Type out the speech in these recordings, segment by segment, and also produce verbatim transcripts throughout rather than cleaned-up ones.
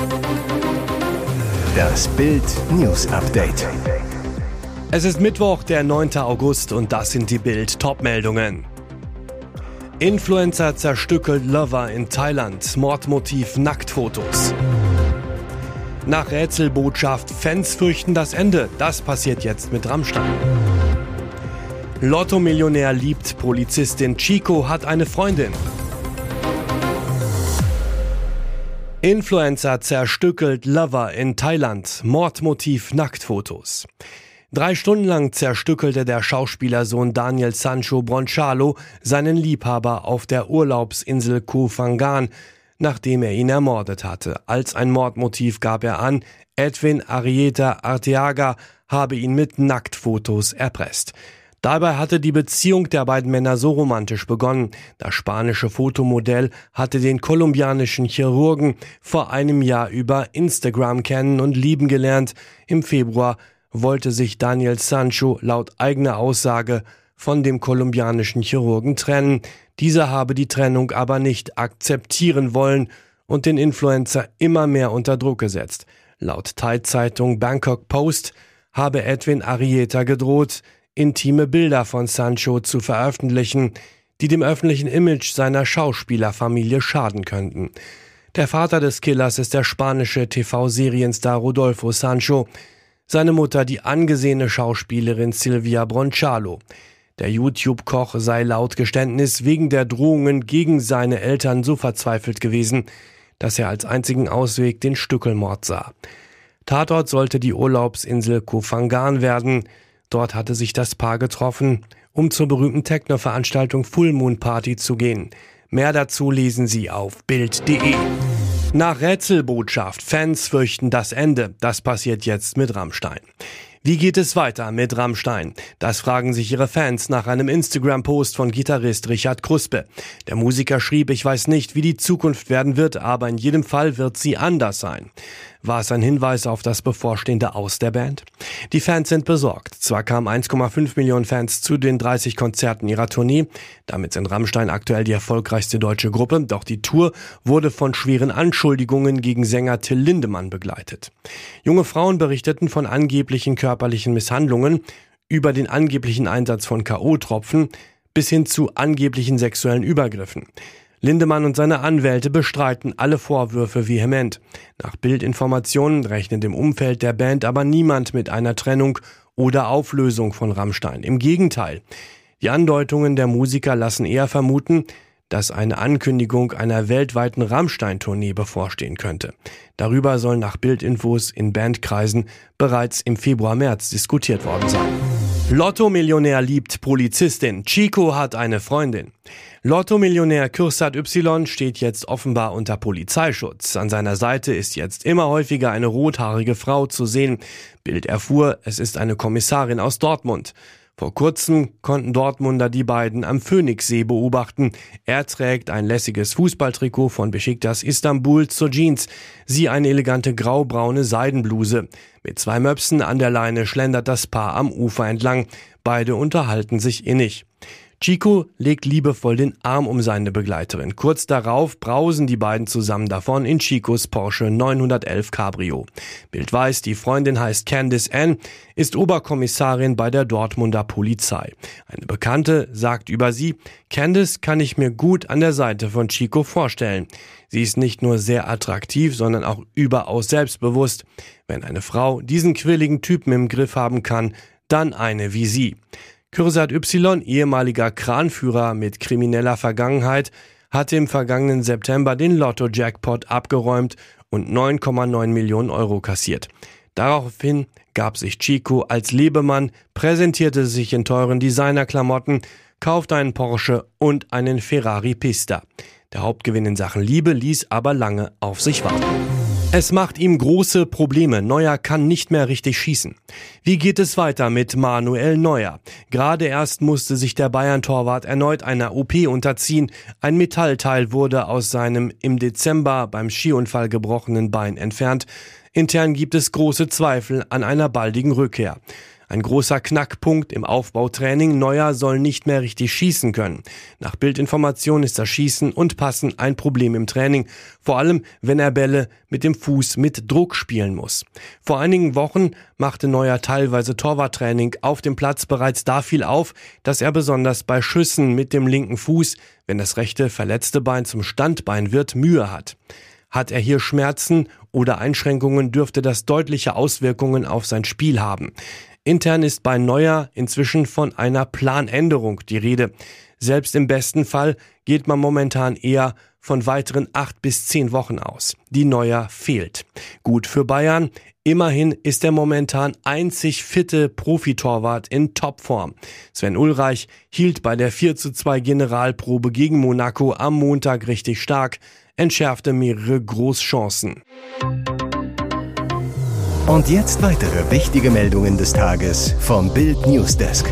Das Bild News Update. Es ist Mittwoch, der neunte August und das sind die Bild-Top-Meldungen. Influencer zerstückelt Lover in Thailand, Mordmotiv Nacktfotos. Nach Rätselbotschaft, Fans fürchten das Ende, das passiert jetzt mit Rammstein. Lotto-Millionär liebt Polizistin, Chico hat eine Freundin. Influencer zerstückelt Lover in Thailand, Mordmotiv Nacktfotos. Drei Stunden lang zerstückelte der Schauspielersohn Daniel Sancho Bronchalo seinen Liebhaber auf der Urlaubsinsel Koh Phangan, nachdem er ihn ermordet hatte. Als ein Mordmotiv gab er an, Edwin Arrieta Arteaga habe ihn mit Nacktfotos erpresst. Dabei hatte die Beziehung der beiden Männer so romantisch begonnen. Das spanische Fotomodell hatte den kolumbianischen Chirurgen vor einem Jahr über Instagram kennen und lieben gelernt. Im Februar wollte sich Daniel Sancho laut eigener Aussage von dem kolumbianischen Chirurgen trennen. Dieser habe die Trennung aber nicht akzeptieren wollen und den Influencer immer mehr unter Druck gesetzt. Laut Thai-Zeitung Bangkok Post habe Edwin Arrieta gedroht, intime Bilder von Sancho zu veröffentlichen, die dem öffentlichen Image seiner Schauspielerfamilie schaden könnten. Der Vater des Killers ist der spanische T V-Serienstar Rodolfo Sancho, seine Mutter die angesehene Schauspielerin Silvia Bronchalo. Der YouTube-Koch sei laut Geständnis wegen der Drohungen gegen seine Eltern so verzweifelt gewesen, dass er als einzigen Ausweg den Stückelmord sah. Tatort sollte die Urlaubsinsel Koh Phangan werden. Dort hatte sich das Paar getroffen, um zur berühmten Techno-Veranstaltung Full Moon Party zu gehen. Mehr dazu lesen Sie auf bild punkt de. Nach Rätselbotschaft, Fans fürchten das Ende. Das passiert jetzt mit Rammstein. Wie geht es weiter mit Rammstein? Das fragen sich ihre Fans nach einem Instagram-Post von Gitarrist Richard Kruspe. Der Musiker schrieb, ich weiß nicht, wie die Zukunft werden wird, aber in jedem Fall wird sie anders sein. War es ein Hinweis auf das bevorstehende Aus der Band? Die Fans sind besorgt. Zwar kamen eins Komma fünf Millionen Fans zu den dreißig Konzerten ihrer Tournee, damit sind Rammstein aktuell die erfolgreichste deutsche Gruppe, doch die Tour wurde von schweren Anschuldigungen gegen Sänger Till Lindemann begleitet. Junge Frauen berichteten von angeblichen körperlichen Misshandlungen, über den angeblichen Einsatz von K O-Tropfen bis hin zu angeblichen sexuellen Übergriffen. Lindemann und seine Anwälte bestreiten alle Vorwürfe vehement. Nach Bildinformationen rechnet im Umfeld der Band aber niemand mit einer Trennung oder Auflösung von Rammstein. Im Gegenteil, die Andeutungen der Musiker lassen eher vermuten, dass eine Ankündigung einer weltweiten Rammstein-Tournee bevorstehen könnte. Darüber soll nach Bildinfos in Bandkreisen bereits im Februar-März diskutiert worden sein. Lotto-Millionär liebt Polizistin, Chico hat eine Freundin. Lotto-Millionär Kürsat Y steht jetzt offenbar unter Polizeischutz. An seiner Seite ist jetzt immer häufiger eine rothaarige Frau zu sehen. Bild erfuhr, es ist eine Kommissarin aus Dortmund. Vor kurzem konnten Dortmunder die beiden am Phoenixsee beobachten. Er trägt ein lässiges Fußballtrikot von Besiktas Istanbul zur Jeans, sie eine elegante graubraune Seidenbluse. Mit zwei Möpsen an der Leine schlendert das Paar am Ufer entlang. Beide unterhalten sich innig. Chico legt liebevoll den Arm um seine Begleiterin. Kurz darauf brausen die beiden zusammen davon in Chicos Porsche neunhundertelf Cabrio. Bild weiß, die Freundin heißt Candice Ann, ist Oberkommissarin bei der Dortmunder Polizei. Eine Bekannte sagt über sie, Candice kann ich mir gut an der Seite von Chico vorstellen. Sie ist nicht nur sehr attraktiv, sondern auch überaus selbstbewusst. Wenn eine Frau diesen quirligen Typen im Griff haben kann, dann eine wie sie. Kürsat Y, ehemaliger Kranführer mit krimineller Vergangenheit, hatte im vergangenen September den Lotto-Jackpot abgeräumt und neun Komma neun Millionen Euro kassiert. Daraufhin gab sich Chico als Lebemann, präsentierte sich in teuren Designerklamotten, kaufte einen Porsche und einen Ferrari Pista. Der Hauptgewinn in Sachen Liebe ließ aber lange auf sich warten. Es macht ihm große Probleme. Neuer kann nicht mehr richtig schießen. Wie geht es weiter mit Manuel Neuer? Gerade erst musste sich der Bayern-Torwart erneut einer O P unterziehen. Ein Metallteil wurde aus seinem im Dezember beim Skiunfall gebrochenen Bein entfernt. Intern gibt es große Zweifel an einer baldigen Rückkehr. Ein großer Knackpunkt im Aufbautraining. Neuer soll nicht mehr richtig schießen können. Nach Bildinformation ist das Schießen und Passen ein Problem im Training. Vor allem, wenn er Bälle mit dem Fuß mit Druck spielen muss. Vor einigen Wochen machte Neuer teilweise Torwarttraining auf dem Platz. Bereits da fiel auf, dass er besonders bei Schüssen mit dem linken Fuß, wenn das rechte verletzte Bein zum Standbein wird, Mühe hat. Hat er hier Schmerzen oder Einschränkungen, dürfte das deutliche Auswirkungen auf sein Spiel haben. Intern ist bei Neuer inzwischen von einer Planänderung die Rede. Selbst im besten Fall geht man momentan eher von weiteren acht bis zehn Wochen aus, die Neuer fehlt. Gut für Bayern. Immerhin ist der momentan einzig fitte Profitorwart in Topform. Sven Ulreich hielt bei der vier zu zwei Generalprobe gegen Monaco am Montag richtig stark, entschärfte mehrere Großchancen. Und jetzt weitere wichtige Meldungen des Tages vom Bild Newsdesk.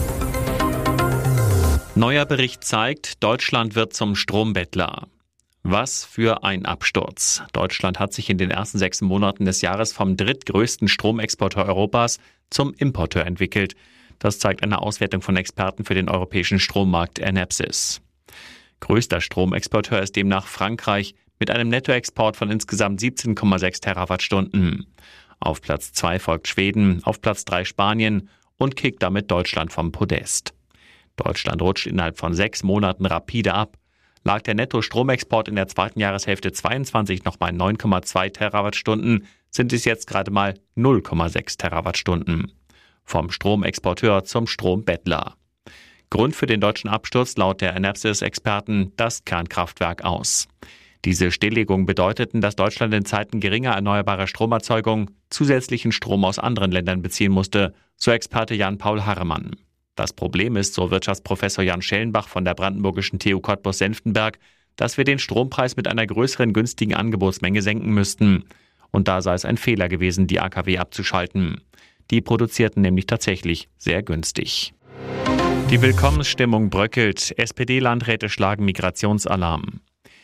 Neuer Bericht zeigt, Deutschland wird zum Strombettler. Was für ein Absturz. Deutschland hat sich in den ersten sechs Monaten des Jahres vom drittgrößten Stromexporteur Europas zum Importeur entwickelt. Das zeigt eine Auswertung von Experten für den europäischen Strommarkt Enapsys. Größter Stromexporteur ist demnach Frankreich mit einem Nettoexport von insgesamt siebzehn Komma sechs Terawattstunden. Auf Platz zwei folgt Schweden, auf Platz drei Spanien und kickt damit Deutschland vom Podest. Deutschland rutscht innerhalb von sechs Monaten rapide ab. Lag der Netto-Stromexport in der zweiten Jahreshälfte zweiundzwanzig noch bei neun Komma zwei Terawattstunden, sind es jetzt gerade mal null Komma sechs Terawattstunden. Vom Stromexporteur zum Strombettler. Grund für den deutschen Absturz laut der Enapsys-Experten das Kernkraftwerk aus. Diese Stilllegung bedeuteten, dass Deutschland in Zeiten geringer erneuerbarer Stromerzeugung zusätzlichen Strom aus anderen Ländern beziehen musste, so Experte Jan-Paul Harremann. Das Problem ist, so Wirtschaftsprofessor Jan Schellenbach von der brandenburgischen T U Cottbus-Senftenberg, dass wir den Strompreis mit einer größeren günstigen Angebotsmenge senken müssten. Und da sei es ein Fehler gewesen, die A K W abzuschalten. Die produzierten nämlich tatsächlich sehr günstig. Die Willkommensstimmung bröckelt. S P D-Landräte schlagen Migrationsalarm.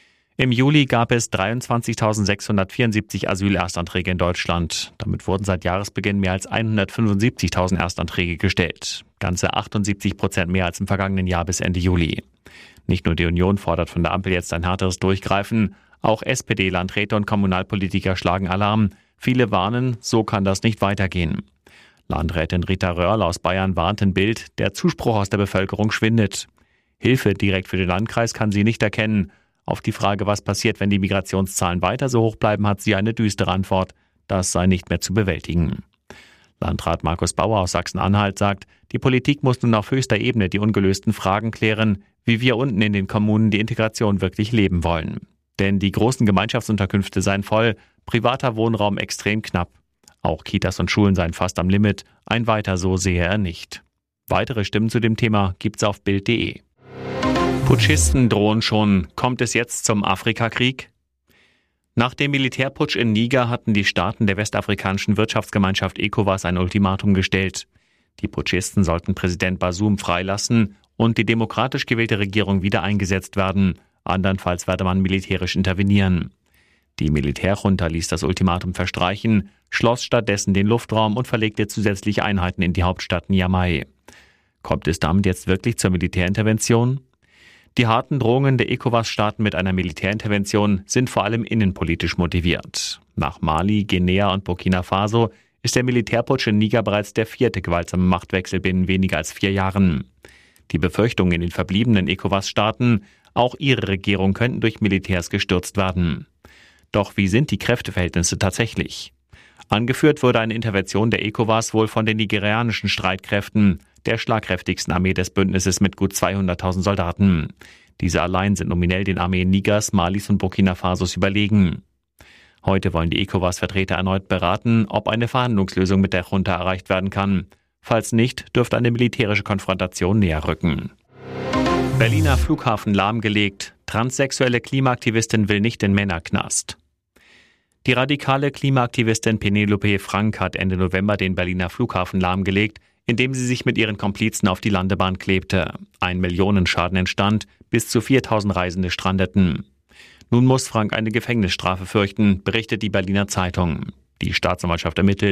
Im Juli gab es dreiundzwanzigtausendsechshundertvierundsiebzig Asylerstanträge in Deutschland. Damit wurden seit Jahresbeginn mehr als hundertfünfundsiebzigtausend Erstanträge gestellt. Ganze achtundsiebzig Prozent mehr als im vergangenen Jahr bis Ende Juli. Nicht nur die Union fordert von der Ampel jetzt ein härteres Durchgreifen, auch S P D-Landräte und Kommunalpolitiker schlagen Alarm. Viele warnen, so kann das nicht weitergehen. Landrätin Rita Röhrl aus Bayern warnt in Bild, der Zuspruch aus der Bevölkerung schwindet. Hilfe direkt für den Landkreis kann sie nicht erkennen. Auf die Frage, was passiert, wenn die Migrationszahlen weiter so hoch bleiben, hat sie eine düstere Antwort. Das sei nicht mehr zu bewältigen. Landrat Markus Bauer aus Sachsen-Anhalt sagt, die Politik muss nun auf höchster Ebene die ungelösten Fragen klären, wie wir unten in den Kommunen die Integration wirklich leben wollen. Denn die großen Gemeinschaftsunterkünfte seien voll, privater Wohnraum extrem knapp. Auch Kitas und Schulen seien fast am Limit. Ein Weiter so sehe er nicht. Weitere Stimmen zu dem Thema gibt's auf bild punkt de. Putschisten drohen schon. Kommt es jetzt zum Afrikakrieg? Nach dem Militärputsch in Niger hatten die Staaten der westafrikanischen Wirtschaftsgemeinschaft ECOWAS ein Ultimatum gestellt. Die Putschisten sollten Präsident Bazoum freilassen und die demokratisch gewählte Regierung wieder eingesetzt werden. Andernfalls werde man militärisch intervenieren. Die Militärjunta ließ das Ultimatum verstreichen, schloss stattdessen den Luftraum und verlegte zusätzliche Einheiten in die Hauptstadt Niamey. Kommt es damit jetzt wirklich zur Militärintervention? Die harten Drohungen der ECOWAS-Staaten mit einer Militärintervention sind vor allem innenpolitisch motiviert. Nach Mali, Guinea und Burkina Faso ist der Militärputsch in Niger bereits der vierte gewaltsame Machtwechsel binnen weniger als vier Jahren. Die Befürchtungen in den verbliebenen ECOWAS-Staaten, auch ihre Regierung könnten durch Militärs gestürzt werden. Doch wie sind die Kräfteverhältnisse tatsächlich? Angeführt wurde eine Intervention der ECOWAS wohl von den nigerianischen Streitkräften, der schlagkräftigsten Armee des Bündnisses mit gut zweihunderttausend Soldaten. Diese allein sind nominell den Armeen Nigers, Malis und Burkina Fasos überlegen. Heute wollen die ECOWAS-Vertreter erneut beraten, ob eine Verhandlungslösung mit der Junta erreicht werden kann. Falls nicht, dürfte eine militärische Konfrontation näher rücken. Berliner Flughafen lahmgelegt. Transsexuelle Klimaaktivistin will nicht in Männerknast. Die radikale Klimaaktivistin Penelope Frank hat Ende November den Berliner Flughafen lahmgelegt, indem sie sich mit ihren Komplizen auf die Landebahn klebte. Ein Millionenschaden entstand, bis zu viertausend Reisende strandeten. Nun muss Frank eine Gefängnisstrafe fürchten, berichtet die Berliner Zeitung. Die Staatsanwaltschaft ermittelt.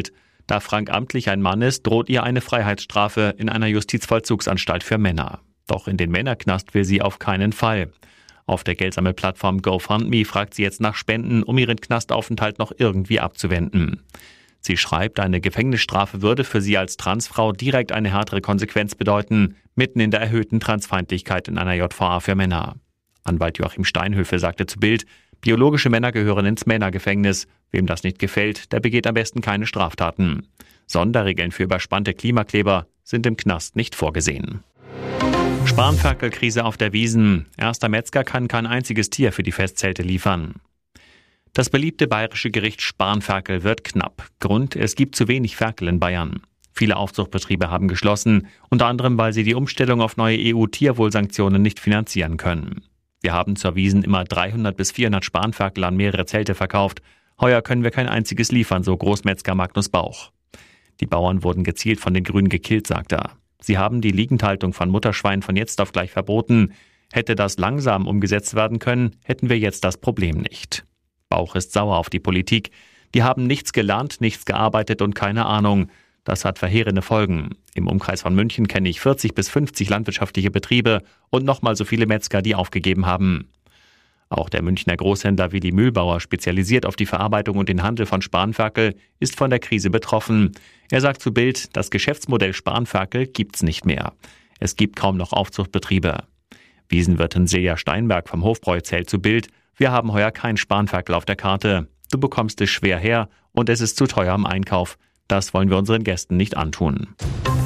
Da Frank amtlich ein Mann ist, droht ihr eine Freiheitsstrafe in einer Justizvollzugsanstalt für Männer. Doch in den Männerknast will sie auf keinen Fall. Auf der Geldsammelplattform GoFundMe fragt sie jetzt nach Spenden, um ihren Knastaufenthalt noch irgendwie abzuwenden. Sie schreibt, eine Gefängnisstrafe würde für sie als Transfrau direkt eine härtere Konsequenz bedeuten, mitten in der erhöhten Transfeindlichkeit in einer J V A für Männer. Anwalt Joachim Steinhöfe sagte zu Bild, biologische Männer gehören ins Männergefängnis. Wem das nicht gefällt, der begeht am besten keine Straftaten. Sonderregeln für überspannte Klimakleber sind im Knast nicht vorgesehen. Spanferkelkrise auf der Wiesn. Erster Metzger kann kein einziges Tier für die Festzelte liefern. Das beliebte bayerische Gericht Spanferkel wird knapp. Grund, es gibt zu wenig Ferkel in Bayern. Viele Aufzuchtbetriebe haben geschlossen, unter anderem, weil sie die Umstellung auf neue E U-Tierwohlsanktionen nicht finanzieren können. Wir haben zur Wiesn immer dreihundert bis vierhundert Spanferkel an mehrere Zelte verkauft. Heuer können wir kein einziges liefern, so Großmetzger Magnus Bauch. Die Bauern wurden gezielt von den Grünen gekillt, sagt er. Sie haben die Liegendhaltung von Mutterschweinen von jetzt auf gleich verboten. Hätte das langsam umgesetzt werden können, hätten wir jetzt das Problem nicht. Bauch ist sauer auf die Politik. Die haben nichts gelernt, nichts gearbeitet und keine Ahnung. Das hat verheerende Folgen. Im Umkreis von München kenne ich vierzig bis fünfzig landwirtschaftliche Betriebe und nochmal so viele Metzger, die aufgegeben haben. Auch der Münchner Großhändler Willi Mühlbauer, spezialisiert auf die Verarbeitung und den Handel von Spanferkel, ist von der Krise betroffen. Er sagt zu Bild, das Geschäftsmodell Spanferkel gibt's nicht mehr. Es gibt kaum noch Aufzuchtbetriebe. Wiesenwirtin Silja Steinberg vom Hofbräu zählt zu Bild, wir haben heuer kein Spanferkel auf der Karte. Du bekommst es schwer her und es ist zu teuer im Einkauf. Das wollen wir unseren Gästen nicht antun.